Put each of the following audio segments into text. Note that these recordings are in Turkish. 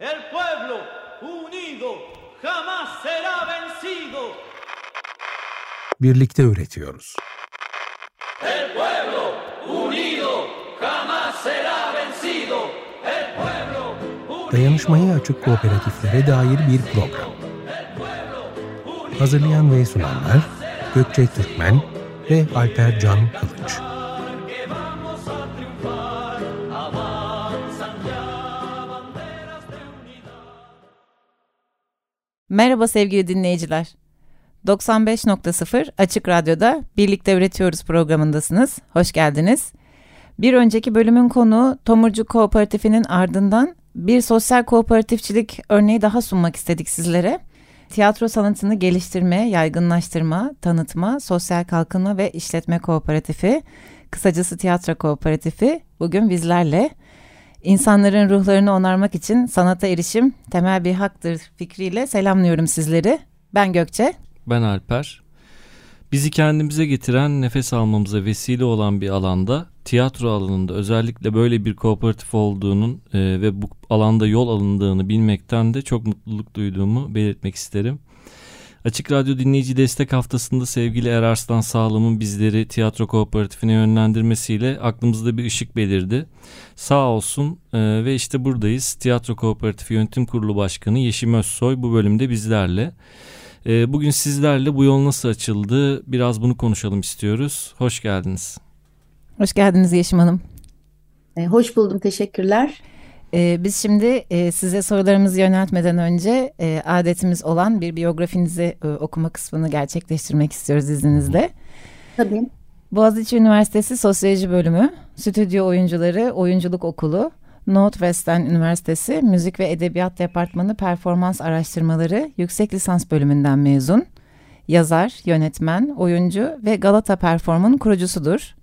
El pueblo unido jamás será vencido. Birlikte üretiyoruz. El pueblo unido jamás será vencido. El pueblo unido. Dayanışmaya açık kooperatiflere dair bir program. Hazırlayan ve sunanlar Gökçe Türkmen ve Alper Can Kılıç. Merhaba sevgili dinleyiciler. 95.0 Açık Radyo'da Birlikte Üretiyoruz programındasınız. Hoş geldiniz. Bir önceki bölümün konuğu Tomurcuk Kooperatifi'nin ardından bir sosyal kooperatifçilik örneği daha sunmak istedik sizlere. Tiyatro sanatını geliştirme, yaygınlaştırma, tanıtma, sosyal kalkınma ve işletme kooperatifi, kısacası tiyatro kooperatifi bugün bizlerle. İnsanların ruhlarını onarmak için sanata erişim temel bir haktır fikriyle selamlıyorum sizleri. Ben Gökçe. Ben Alper. Bizi kendimize getiren, nefes almamıza vesile olan bir alanda, tiyatro alanında özellikle böyle bir kooperatif olduğunun ve bu alanda yol alındığını bilmekten de çok mutluluk duyduğumu belirtmek isterim. Açık Radyo Dinleyici Destek Haftası'nda sevgili Erarslan Sağlam'ın bizleri tiyatro kooperatifine yönlendirmesiyle aklımızda bir ışık belirdi. Sağ olsun ve işte buradayız. Tiyatro Kooperatifi Yönetim Kurulu Başkanı Yeşim Özsoy bu bölümde bizlerle. Bugün sizlerle bu yol nasıl açıldı biraz bunu konuşalım istiyoruz. Hoş geldiniz. Hoş geldiniz Yeşim Hanım. Hoş buldum, teşekkürler. Biz şimdi size sorularımızı yöneltmeden önce adetimiz olan bir biyografinizi okuma kısmını gerçekleştirmek istiyoruz izninizle. Tabii. Boğaziçi Üniversitesi Sosyoloji Bölümü, Stüdyo Oyuncuları Oyunculuk Okulu, Northwestern Üniversitesi Müzik ve Edebiyat Departmanı Performans Araştırmaları Yüksek Lisans Bölümünden mezun. Yazar, yönetmen, oyuncu ve Galata Perform'un kurucusudur.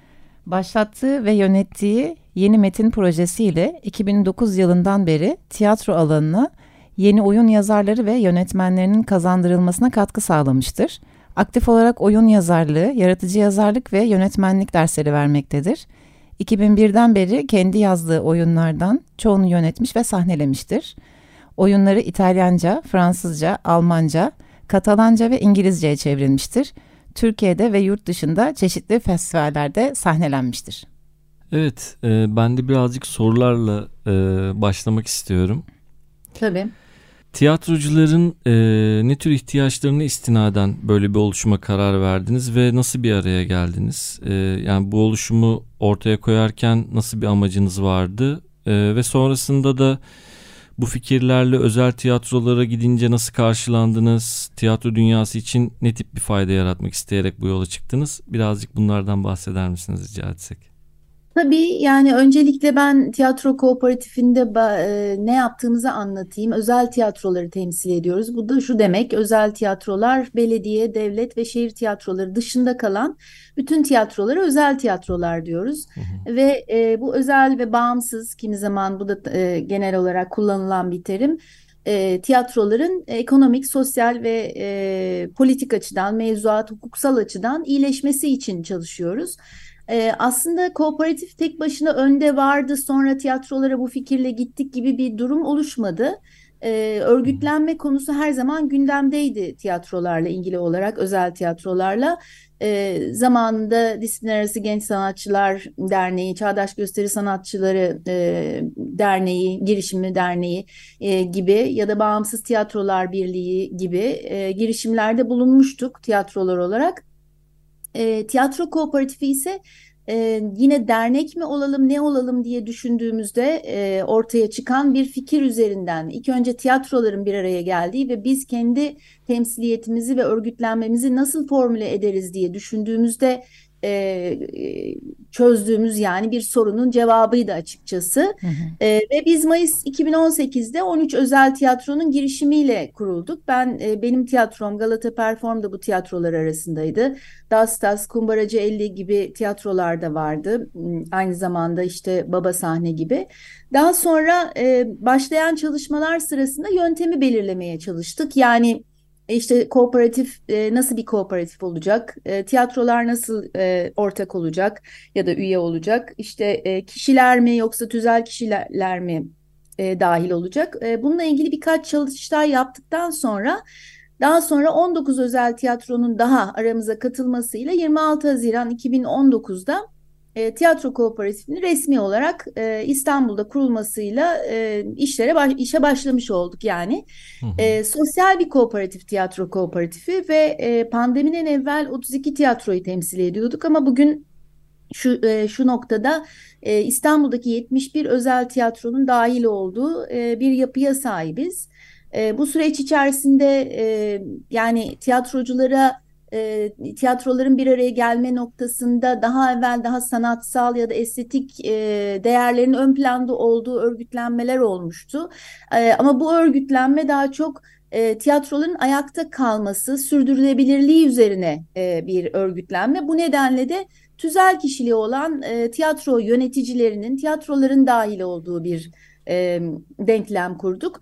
Başlattığı ve yönettiği Yeni Metin projesiyle 2009 yılından beri tiyatro alanına yeni oyun yazarları ve yönetmenlerinin kazandırılmasına katkı sağlamıştır. Aktif olarak oyun yazarlığı, yaratıcı yazarlık ve yönetmenlik dersleri vermektedir. 2001'den beri kendi yazdığı oyunlardan çoğunu yönetmiş ve sahnelemiştir. Oyunları İtalyanca, Fransızca, Almanca, Katalanca ve İngilizceye çevrilmiştir. Türkiye'de ve yurt dışında çeşitli festivallerde sahnelenmiştir. Evet, ben de birazcık sorularla başlamak istiyorum. Tabii. Tiyatrocuların ne tür ihtiyaçlarına istinaden böyle bir oluşuma karar verdiniz ve nasıl bir araya geldiniz? Yani bu oluşumu ortaya koyarken nasıl bir amacınız vardı? Ve sonrasında da bu fikirlerle özel tiyatrolara gidince nasıl karşılandınız? Tiyatro dünyası için ne tip bir fayda yaratmak isteyerek bu yola çıktınız? Birazcık bunlardan bahseder misiniz rica etsek? Tabii, yani öncelikle ben tiyatro kooperatifinde ne yaptığımızı anlatayım. Özel tiyatroları temsil ediyoruz. Bu da şu demek: özel tiyatrolar belediye, devlet ve şehir tiyatroları dışında kalan bütün tiyatrolara özel tiyatrolar diyoruz. Ve bu özel ve bağımsız, kimi zaman bu da genel olarak kullanılan bir terim. Tiyatroların ekonomik, sosyal ve politik açıdan, mevzuat, hukuksal açıdan iyileşmesi için çalışıyoruz. Aslında kooperatif tek başına önde vardı, sonra tiyatrolara bu fikirle gittik gibi bir durum oluşmadı. Örgütlenme konusu her zaman gündemdeydi tiyatrolarla ilgili olarak, özel tiyatrolarla. Zamanında Disiplin Arası Genç Sanatçılar Derneği, Çağdaş Gösteri Sanatçıları Derneği, Girişimi Derneği gibi ya da Bağımsız Tiyatrolar Birliği gibi girişimlerde bulunmuştuk tiyatrolar olarak. Tiyatro kooperatifi ise yine dernek mi olalım, ne olalım diye düşündüğümüzde ortaya çıkan bir fikir üzerinden ilk önce tiyatroların bir araya geldiği ve biz kendi temsiliyetimizi ve örgütlenmemizi nasıl formüle ederiz diye düşündüğümüzde çözdüğümüz, yani bir sorunun cevabıydı açıkçası. Hı hı. Ve biz Mayıs 2018'de 13 özel tiyatronun girişimiyle kurulduk. Benim tiyatrom Galata Perform da bu tiyatrolar arasındaydı. Dastas, Kumbaracı 50 gibi tiyatrolar da vardı. Aynı zamanda işte Baba Sahne gibi. Daha sonra başlayan çalışmalar sırasında yöntemi belirlemeye çalıştık. Yani İşte kooperatif nasıl bir kooperatif olacak? Tiyatrolar nasıl ortak olacak ya da üye olacak? İşte kişiler mi yoksa tüzel kişiler mi dahil olacak. Bununla ilgili birkaç çalıştay yaptıktan sonra daha sonra 19 özel tiyatronun daha aramıza katılmasıyla 26 Haziran 2019'da tiyatro kooperatifinin resmi olarak İstanbul'da kurulmasıyla işe başlamış olduk yani. Sosyal bir kooperatif, tiyatro kooperatifi ve pandemiden evvel 32 tiyatroyu temsil ediyorduk ama bugün şu noktada İstanbul'daki 71 özel tiyatronun dahil olduğu bir yapıya sahibiz. Bu süreç içerisinde yani tiyatroların bir araya gelme noktasında daha evvel daha sanatsal ya da estetik değerlerin ön planda olduğu örgütlenmeler olmuştu. Ama bu örgütlenme daha çok tiyatroların ayakta kalması, sürdürülebilirliği üzerine bir örgütlenme. Bu nedenle de tüzel kişiliği olan tiyatro yöneticilerinin, tiyatroların dahil olduğu bir denklem kurduk.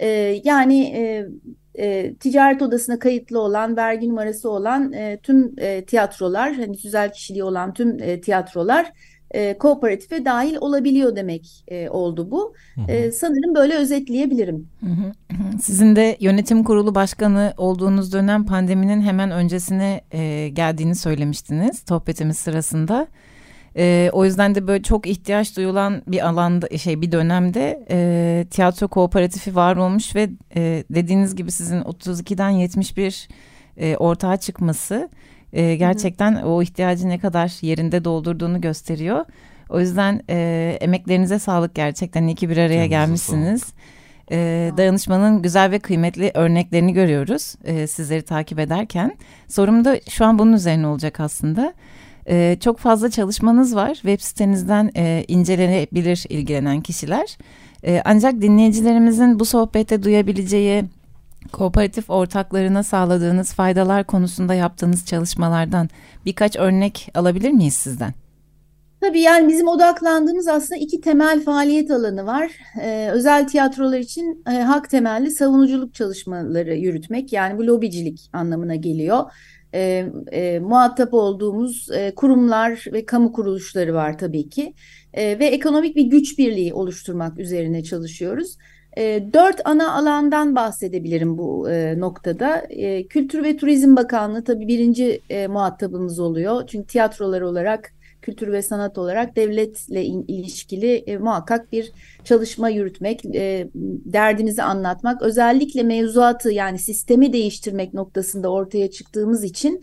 Ticaret odasına kayıtlı olan, vergi numarası olan tüm tiyatrolar, hani tüzel kişiliği olan tüm tiyatrolar kooperatife dahil olabiliyor demek oldu bu. Sanırım böyle özetleyebilirim. Sizin de yönetim kurulu başkanı olduğunuz dönem pandeminin hemen öncesine geldiğini söylemiştiniz sohbetimiz sırasında. O yüzden de böyle çok ihtiyaç duyulan bir alanda bir dönemde tiyatro kooperatifi var olmuş ve dediğiniz gibi sizin 32'den 71 ortağa çıkması gerçekten o ihtiyacı ne kadar yerinde doldurduğunu gösteriyor. O yüzden emeklerinize sağlık gerçekten. İyi ki bir araya gelmişsiniz. Dayanışmanın güzel ve kıymetli örneklerini görüyoruz sizleri takip ederken. Sorum da şu an bunun üzerine olacak aslında. Çok fazla çalışmanız var. Web sitenizden incelenebilir ilgilenen kişiler. Ancak dinleyicilerimizin bu sohbette duyabileceği kooperatif ortaklarına sağladığınız faydalar konusunda yaptığınız çalışmalardan birkaç örnek alabilir miyiz sizden? Tabii yani bizim odaklandığımız aslında iki temel faaliyet alanı var. Özel tiyatrolar için hak temelli savunuculuk çalışmaları yürütmek, yani bu lobicilik anlamına geliyor. Muhatap olduğumuz kurumlar ve kamu kuruluşları var tabii ki. Ve ekonomik bir güç birliği oluşturmak üzerine çalışıyoruz. 4 ana alandan bahsedebilirim bu noktada. Kültür ve Turizm Bakanlığı tabii birinci muhatabımız oluyor. Çünkü tiyatrolar olarak, kültür ve sanat olarak devletle ilişkili muhakkak bir çalışma yürütmek, derdimizi anlatmak, özellikle mevzuatı yani sistemi değiştirmek noktasında ortaya çıktığımız için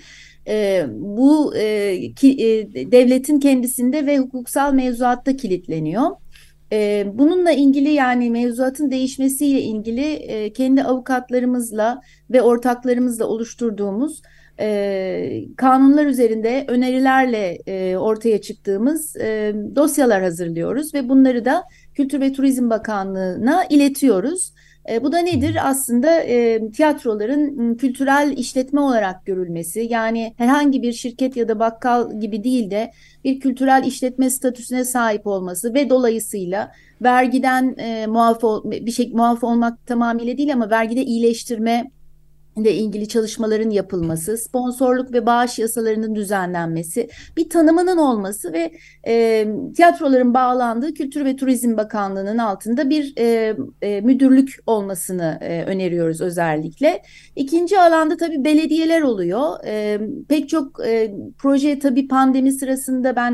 devletin kendisinde ve hukuksal mevzuatta kilitleniyor. Bununla ilgili, yani mevzuatın değişmesiyle ilgili kendi avukatlarımızla ve ortaklarımızla oluşturduğumuz kanunlar üzerinde önerilerle ortaya çıktığımız dosyalar hazırlıyoruz ve bunları da Kültür ve Turizm Bakanlığı'na iletiyoruz. Bu da nedir? Aslında tiyatroların kültürel işletme olarak görülmesi, yani herhangi bir şirket ya da bakkal gibi değil de bir kültürel işletme statüsüne sahip olması ve dolayısıyla vergiden muaf olmak tamamıyla değil ama vergide iyileştirme ile ilgili çalışmaların yapılması, sponsorluk ve bağış yasalarının düzenlenmesi, bir tanımının olması ve tiyatroların bağlandığı Kültür ve Turizm Bakanlığı'nın altında bir müdürlük olmasını öneriyoruz özellikle. İkinci alanda tabii belediyeler oluyor. Pek çok proje tabii pandemi sırasında, ben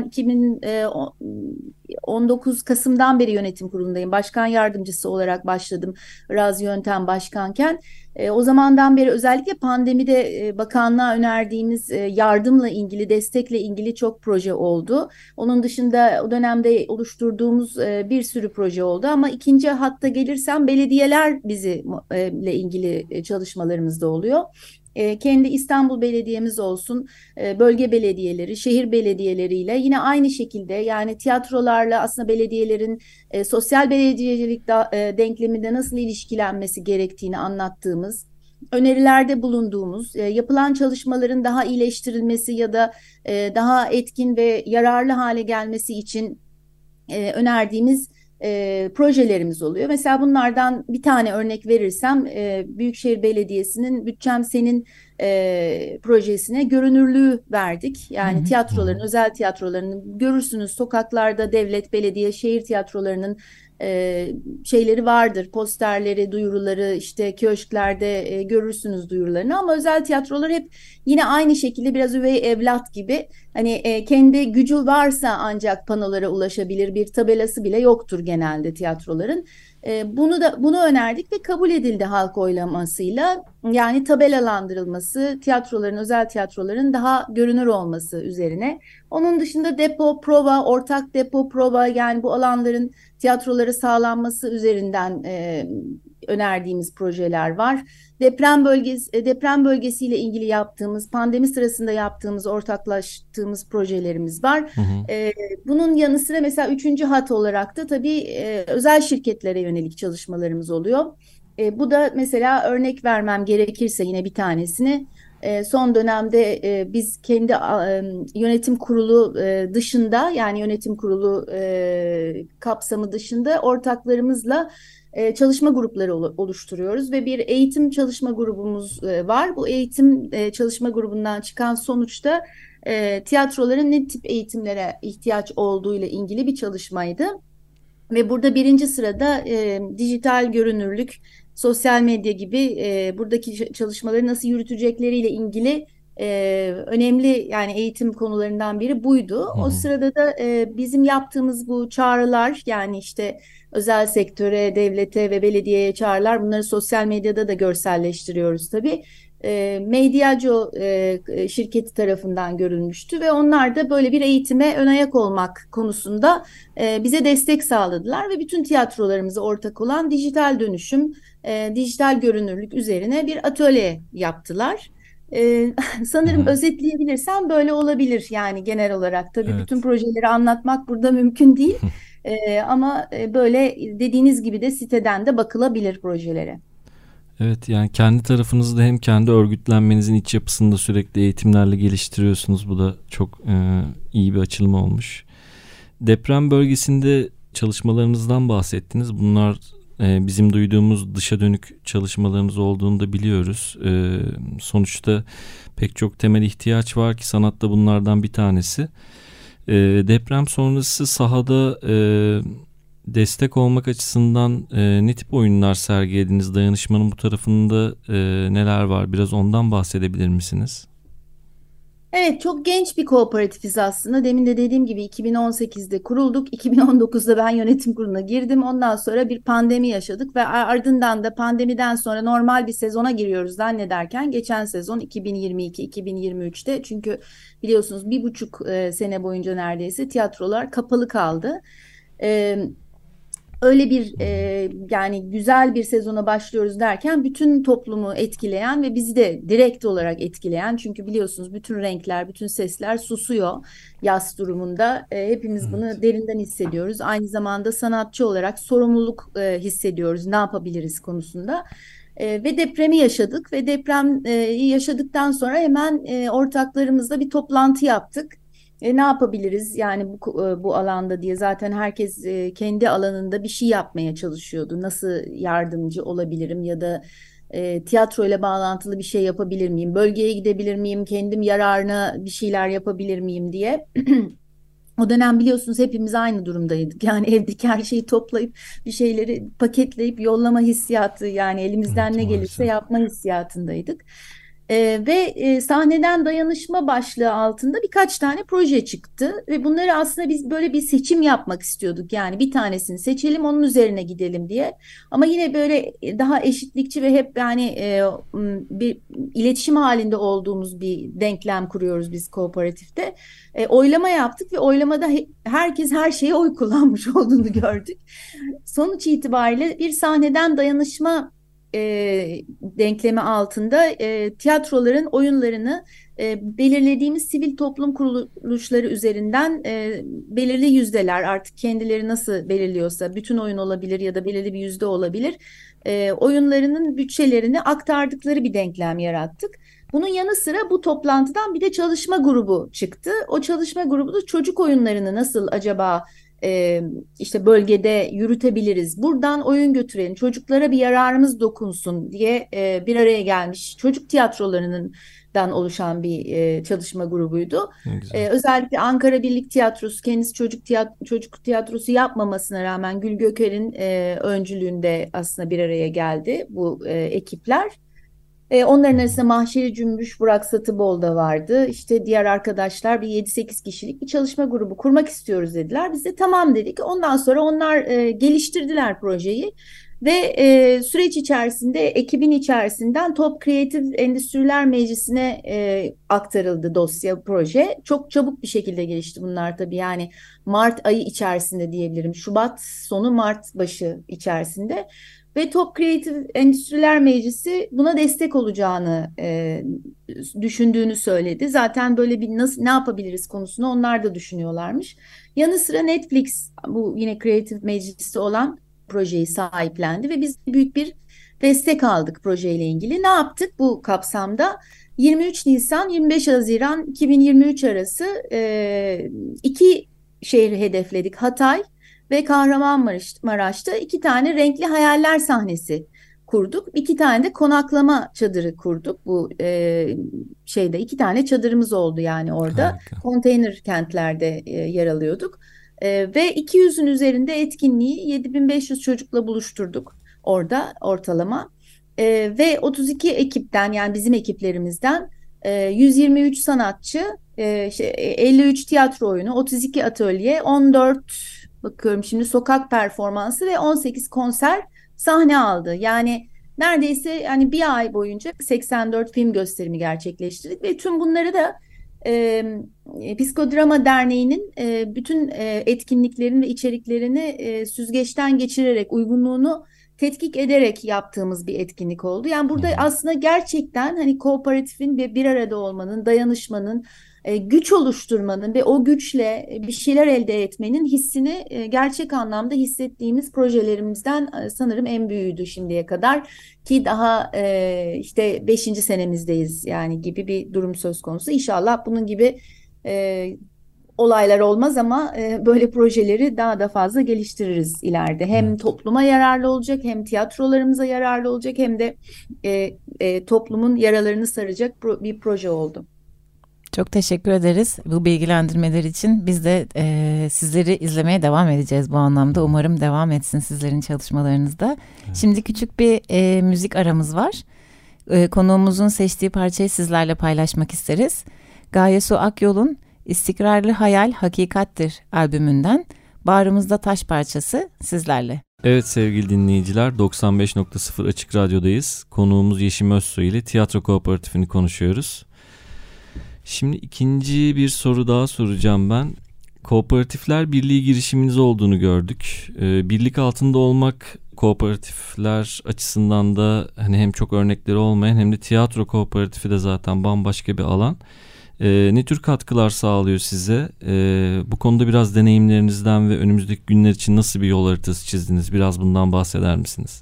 2019 Kasım'dan beri yönetim kurulundayım. Başkan yardımcısı olarak başladım Razi Yöntem başkanken. O zamandan beri özellikle pandemide bakanlığa önerdiğimiz yardımla ilgili, destekle ilgili çok proje oldu. Onun dışında o dönemde oluşturduğumuz bir sürü proje oldu. Ama ikinci hatta gelirsem belediyeler bizle ilgili çalışmalarımızda oluyor. Kendi İstanbul Belediye'miz olsun, bölge belediyeleri, şehir belediyeleriyle yine aynı şekilde, yani tiyatrolarla aslında belediyelerin sosyal belediyecilik denkleminde nasıl ilişkilenmesi gerektiğini anlattığımız, önerilerde bulunduğumuz, yapılan çalışmaların daha iyileştirilmesi ya da daha etkin ve yararlı hale gelmesi için önerdiğimiz projelerimiz oluyor. Mesela bunlardan bir tane örnek verirsem, Büyükşehir Belediyesi'nin Bütçem Senin projesine görünürlüğü verdik. Yani tiyatroların, özel tiyatrolarının görürsünüz sokaklarda, devlet, belediye, şehir tiyatrolarının şeyleri vardır. Posterleri, duyuruları, işte köşklerde görürsünüz duyurularını, ama özel tiyatrolar hep yine aynı şekilde biraz üvey evlat gibi, hani kendi gücü varsa ancak panolara ulaşabilir, bir tabelası bile yoktur genelde tiyatroların. Bunu önerdik ve kabul edildi halk oylamasıyla. Yani tabelalandırılması, tiyatroların, özel tiyatroların daha görünür olması üzerine. Onun dışında depo, prova, ortak depo, prova, yani bu alanların tiyatrolara sağlanması üzerinden önerdiğimiz projeler var. Deprem bölgesiyle ilgili yaptığımız, pandemi sırasında yaptığımız, ortaklaştığımız projelerimiz var. Hı hı. Bunun yanı sıra mesela üçüncü hat olarak da tabii özel şirketlere yönelik çalışmalarımız oluyor. Bu da mesela örnek vermem gerekirse yine bir tanesini. Son dönemde biz kendi yönetim kurulu dışında, yani yönetim kurulu kapsamı dışında ortaklarımızla çalışma grupları oluşturuyoruz ve bir eğitim çalışma grubumuz var. Bu eğitim çalışma grubundan çıkan sonuçta tiyatroların ne tip eğitimlere ihtiyaç olduğu ile ilgili bir çalışmaydı. Ve burada birinci sırada dijital görünürlük, sosyal medya gibi buradaki çalışmaları nasıl yürütecekleriyle ilgili önemli, yani eğitim konularından biri buydu. Hı O hı. sırada da bizim yaptığımız bu çağrılar, yani işte özel sektöre, devlete ve belediyeye çağrılar, bunları sosyal medyada da görselleştiriyoruz tabii. Mediaco şirketi tarafından görülmüştü ve onlar da böyle bir eğitime ön ayak olmak konusunda bize destek sağladılar ve bütün tiyatrolarımıza ortak olan dijital dönüşüm, dijital görünürlük üzerine bir atölye yaptılar. Hı Sanırım hı. özetleyebilirsem böyle olabilir, yani genel olarak. Tabii bütün Evet. projeleri anlatmak burada mümkün değil. Ama böyle dediğiniz gibi de siteden de bakılabilir projelere. Evet, yani kendi tarafınızda hem kendi örgütlenmenizin iç yapısını da sürekli eğitimlerle geliştiriyorsunuz. Bu da çok iyi bir açılım olmuş. Deprem bölgesinde çalışmalarınızdan bahsettiniz. Bunlar bizim duyduğumuz dışa dönük çalışmalarınız olduğunu da biliyoruz. Sonuçta pek çok temel ihtiyaç var ki sanat da bunlardan bir tanesi. Deprem sonrası sahada destek olmak açısından ne tip oyunlar sergilediniz? Dayanışmanın bu tarafında neler var? Biraz ondan bahsedebilir misiniz? Evet, çok genç bir kooperatifiz aslında. Demin de dediğim gibi 2018'de kurulduk. 2019'da ben yönetim kuruluna girdim. Ondan sonra bir pandemi yaşadık ve ardından da pandemiden sonra normal bir sezona giriyoruz zannederken geçen sezon 2022-2023'te, çünkü biliyorsunuz 1,5 sene boyunca neredeyse tiyatrolar kapalı kaldı. Öyle bir yani güzel bir sezona başlıyoruz derken bütün toplumu etkileyen ve bizi de direkt olarak etkileyen, çünkü biliyorsunuz bütün renkler, bütün sesler susuyor yaz durumunda. Hepimiz Evet. bunu derinden hissediyoruz. Aynı zamanda sanatçı olarak sorumluluk hissediyoruz. Ne yapabiliriz konusunda. Ve depremi yaşadık ve deprem yaşadıktan sonra hemen ortaklarımızla bir toplantı yaptık. Ne yapabiliriz yani bu alanda diye, zaten herkes kendi alanında bir şey yapmaya çalışıyordu. Nasıl yardımcı olabilirim ya da tiyatro ile bağlantılı bir şey yapabilir miyim? Bölgeye gidebilir miyim? Kendim yararına bir şeyler yapabilir miyim diye. O dönem biliyorsunuz hepimiz aynı durumdaydık. Yani evdeki her şeyi toplayıp bir şeyleri paketleyip yollama hissiyatı, yani elimizden Evet, ne gelirse maalesef. yapma hissiyatındaydık. Ve sahneden dayanışma başlığı altında birkaç tane proje çıktı ve bunları aslında biz böyle bir seçim yapmak istiyorduk. Yani bir tanesini seçelim, onun üzerine gidelim diye. Ama yine böyle daha eşitlikçi ve hep yani bir iletişim halinde olduğumuz bir denklem kuruyoruz biz kooperatifte. Oylama yaptık ve oylamada herkes her şeye oy kullanmış olduğunu gördük. Sonuç itibariyle bir sahneden dayanışma denklemi altında tiyatroların oyunlarını belirlediğimiz sivil toplum kuruluşları üzerinden belirli yüzdeler, artık kendileri nasıl belirliyorsa, bütün oyun olabilir ya da belirli bir yüzde olabilir, oyunlarının bütçelerini aktardıkları bir denklem yarattık. Bunun yanı sıra bu toplantıdan bir de çalışma grubu çıktı. O çalışma grubu da çocuk oyunlarını nasıl acaba işte bölgede yürütebiliriz. Buradan oyun götürelim, çocuklara bir yararımız dokunsun diye bir araya gelmiş çocuk tiyatrolarından oluşan bir çalışma grubuydu. Özellikle Ankara Birlik Tiyatrosu kendisi çocuk tiyatrosu yapmamasına rağmen Gül Göker'in öncülüğünde aslında bir araya geldi bu ekipler. Onların arasında Mahşeri Cümbüş, Burak Satıbol da vardı. İşte diğer arkadaşlar bir 7-8 kişilik bir çalışma grubu kurmak istiyoruz dediler. Biz de tamam dedik. Ondan sonra onlar geliştirdiler projeyi. Ve süreç içerisinde ekibin içerisinden Top Kreatif Endüstriler Meclisi'ne aktarıldı dosya, proje. Çok çabuk bir şekilde gelişti bunlar tabii, yani Mart ayı içerisinde diyebilirim. Şubat sonu Mart başı içerisinde. Ve Top Kreatif Endüstriler Meclisi buna destek olacağını düşündüğünü söyledi. Zaten böyle bir ne yapabiliriz konusunu onlar da düşünüyorlarmış. Yanı sıra Netflix, bu yine Kreatif Meclisi olan, projeyi sahiplendi ve biz büyük bir destek aldık projeyle ilgili. Ne yaptık bu kapsamda? 23 Nisan 25 Haziran 2023 arası iki şehri hedefledik. Hatay ve Kahramanmaraş'ta 2 tane renkli hayaller sahnesi kurduk. 2 tane de konaklama çadırı kurduk. Bu şeyde 2 tane çadırımız oldu yani orada. Harika. Konteyner kentlerde yer alıyorduk. Ve 200'ün üzerinde etkinliği 7500 çocukla buluşturduk orada ortalama. Ve 32 ekipten, yani bizim ekiplerimizden 123 sanatçı, 53 tiyatro oyunu, 32 atölye, 14 bakıyorum şimdi sokak performansı ve 18 konser sahne aldı. Yani neredeyse yani bir ay boyunca 84 film gösterimi gerçekleştirdik ve tüm bunları da Psikodrama Derneği'nin bütün etkinliklerin ve içeriklerini süzgeçten geçirerek, uygunluğunu tetkik ederek yaptığımız bir etkinlik oldu. Yani burada aslında gerçekten hani kooperatifin ve bir arada olmanın, dayanışmanın, güç oluşturmanın ve o güçle bir şeyler elde etmenin hissini gerçek anlamda hissettiğimiz projelerimizden sanırım en büyüğüydü şimdiye kadar, ki daha işte 5. senemizdeyiz yani gibi bir durum söz konusu. İnşallah bunun gibi olaylar olmaz ama böyle projeleri daha da fazla geliştiririz ileride. Hem topluma yararlı olacak, hem tiyatrolarımıza yararlı olacak, hem de toplumun yaralarını saracak bir proje oldu. Çok teşekkür ederiz bu bilgilendirmeler için. Biz de sizleri izlemeye devam edeceğiz bu anlamda. Umarım devam etsin sizlerin çalışmalarınızda. Evet. Şimdi küçük bir müzik aramız var. Konuğumuzun seçtiği parçayı sizlerle paylaşmak isteriz. Gaye Su Akyol'un İstikrarlı Hayal Hakikattir albümünden Bağrımızda Taş parçası sizlerle. Evet sevgili dinleyiciler, 95.0 Açık Radyo'dayız. Konuğumuz Yeşim Özsoy ile Tiyatro Kooperatifini konuşuyoruz. Şimdi ikinci bir soru daha soracağım ben. Kooperatifler Birliği girişiminiz olduğunu gördük. Birlik altında olmak kooperatifler açısından da hani hem çok örnekleri olmayan hem de tiyatro kooperatifi de zaten bambaşka bir alan. Ne tür katkılar sağlıyor size? Bu konuda biraz deneyimlerinizden ve önümüzdeki günler için nasıl bir yol haritası çizdiniz? Biraz bundan bahseder misiniz?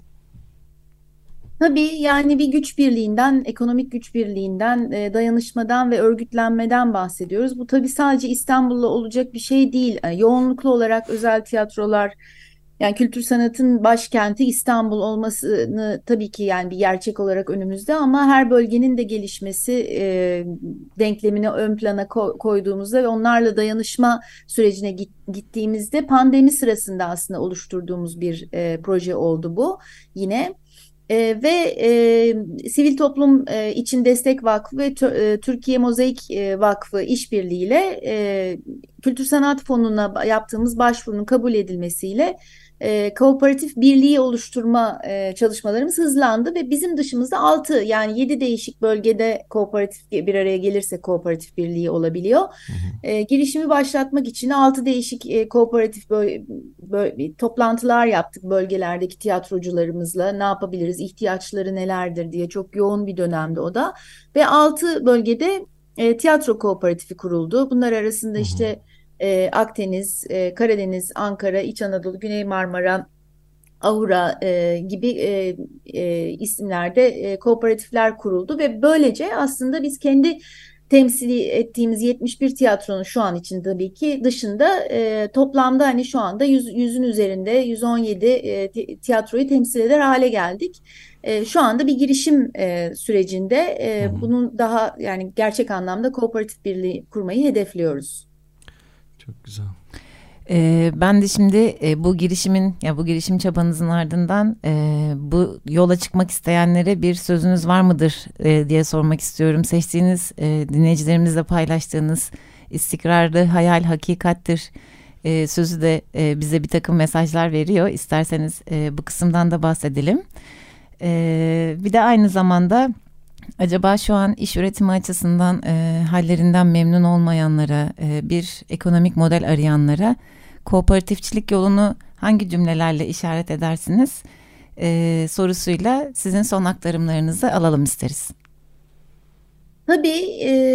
Tabii yani bir güç birliğinden, ekonomik güç birliğinden, dayanışmadan ve örgütlenmeden bahsediyoruz. Bu tabii sadece İstanbul'da olacak bir şey değil. Yoğunluklu olarak özel tiyatrolar, yani kültür sanatın başkenti İstanbul olmasını tabii ki yani bir gerçek olarak önümüzde, ama her bölgenin de gelişmesi denklemini ön plana koyduğumuzda ve onlarla dayanışma sürecine gittiğimizde pandemi sırasında aslında oluşturduğumuz bir proje oldu bu yine. Ve Sivil Toplum İçin Destek Vakfı ve Türkiye Mozaik Vakfı işbirliğiyle Kültür Sanat Fonu'na yaptığımız başvurunun kabul edilmesiyle kooperatif birliği oluşturma çalışmalarımız hızlandı ve bizim dışımızda 6 yani 7 değişik bölgede kooperatif bir araya gelirse kooperatif birliği olabiliyor. Girişimi başlatmak için 6 değişik kooperatif böyle toplantılar yaptık bölgelerdeki tiyatrocularımızla. Ne yapabiliriz, ihtiyaçları nelerdir diye, çok yoğun bir dönemde o da. Ve 6 bölgede tiyatro kooperatifi kuruldu. Bunlar arasında işte Akdeniz, Karadeniz, Ankara, İç Anadolu, Güney Marmara, Aura gibi isimlerde kooperatifler kuruldu ve böylece aslında biz kendi temsil ettiğimiz 71 tiyatronun şu an için tabii ki dışında toplamda hani şu anda 100'ün üzerinde 117 tiyatroyu temsil eder hale geldik. Şu anda bir girişim sürecinde bunun daha yani gerçek anlamda kooperatif birliği kurmayı hedefliyoruz. Çok güzel. Ben de şimdi bu girişim çabanızın ardından bu yola çıkmak isteyenlere bir sözünüz var mıdır diye sormak istiyorum. Seçtiğiniz, dinleyicilerimizle paylaştığınız istikrarlı hayal hakikattir sözü de bize bir takım mesajlar veriyor. İsterseniz bu kısımdan da bahsedelim. Bir de aynı zamanda acaba şu an iş üretimi açısından hallerinden memnun olmayanlara, bir ekonomik model arayanlara kooperatifçilik yolunu hangi cümlelerle işaret edersiniz sorusuyla sizin son aktarımlarınızı alalım isteriz. Tabii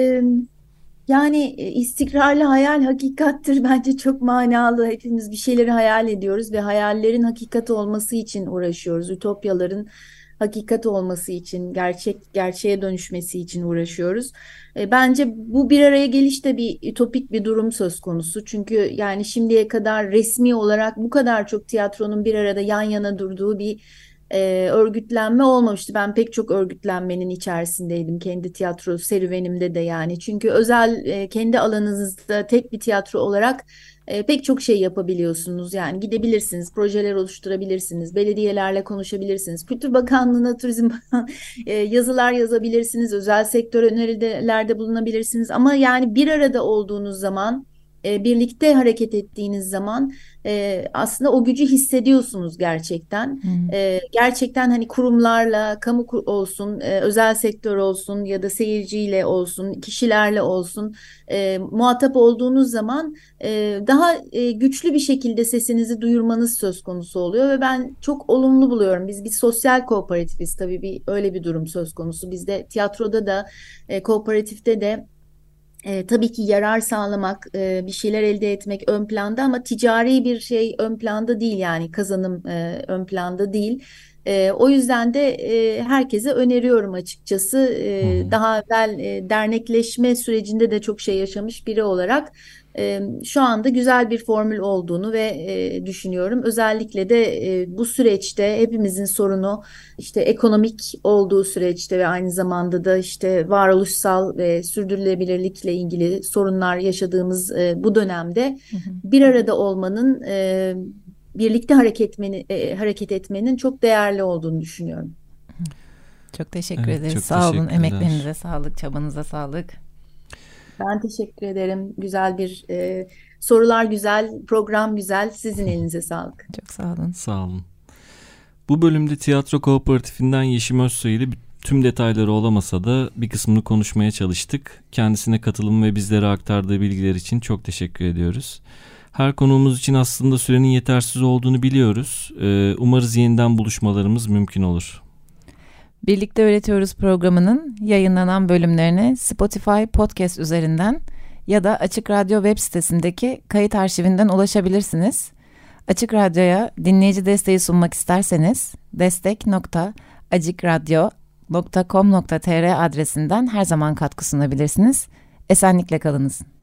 yani istikrarlı hayal hakikattir bence çok manalı. Hepimiz bir şeyleri hayal ediyoruz ve hayallerin hakikat olması için uğraşıyoruz. Ütopyaların hakikat olması için, gerçeğe dönüşmesi için uğraşıyoruz. Bence bu bir araya gelişte bir ütopik bir durum söz konusu. Çünkü yani şimdiye kadar resmi olarak bu kadar çok tiyatronun bir arada yan yana durduğu bir örgütlenme olmamıştı. Ben pek çok örgütlenmenin içerisindeydim kendi tiyatro serüvenimde de yani. Çünkü kendi alanınızda tek bir tiyatro olarak pek çok şey yapabiliyorsunuz. Yani gidebilirsiniz, projeler oluşturabilirsiniz, belediyelerle konuşabilirsiniz, Kültür Bakanlığı'na, Turizm yazılar yazabilirsiniz, özel sektör önerilerde bulunabilirsiniz. Ama yani bir arada olduğunuz zaman, birlikte hareket ettiğiniz zaman aslında o gücü hissediyorsunuz gerçekten. Gerçekten hani kurumlarla, olsun, özel sektör olsun ya da seyirciyle olsun, kişilerle olsun muhatap olduğunuz zaman daha güçlü bir şekilde sesinizi duyurmanız söz konusu oluyor ve ben çok olumlu buluyorum. Biz bir sosyal kooperatifiz, tabii öyle bir durum söz konusu. Bizde tiyatroda da kooperatifte de tabii ki yarar sağlamak, bir şeyler elde etmek ön planda ama ticari bir şey ön planda değil, yani kazanım ön planda değil. O yüzden de herkese öneriyorum açıkçası. Daha evvel dernekleşme sürecinde de çok şey yaşamış biri olarak şu anda güzel bir formül olduğunu ve düşünüyorum. Özellikle de bu süreçte hepimizin sorunu işte ekonomik olduğu süreçte ve aynı zamanda da işte varoluşsal ve sürdürülebilirlikle ilgili sorunlar yaşadığımız bu dönemde bir arada olmanın, birlikte hareket etmenin çok değerli olduğunu düşünüyorum. Çok teşekkür ederiz. Çok sağ olun. teşekkürler. Emeklerinize sağlık, çabanıza sağlık. Ben teşekkür ederim. Güzel bir sorular güzel, program güzel. Sizin elinize sağlık. Çok sağ olun. Sağ olun. Bu bölümde Tiyatro Kooperatifinden Yeşim Özsoy ile tüm detayları olamasa da bir kısmını konuşmaya çalıştık. Kendisine katılım ve bizlere aktardığı bilgiler için çok teşekkür ediyoruz. Her konuğumuz için aslında sürenin yetersiz olduğunu biliyoruz. Umarız yeniden buluşmalarımız mümkün olur. Birlikte Öğretiyoruz programının yayınlanan bölümlerine Spotify Podcast üzerinden ya da Açık Radyo web sitesindeki kayıt arşivinden ulaşabilirsiniz. Açık Radyo'ya dinleyici desteği sunmak isterseniz destek.acikradyo.com.tr adresinden her zaman katkı sunabilirsiniz. Esenlikle kalınız.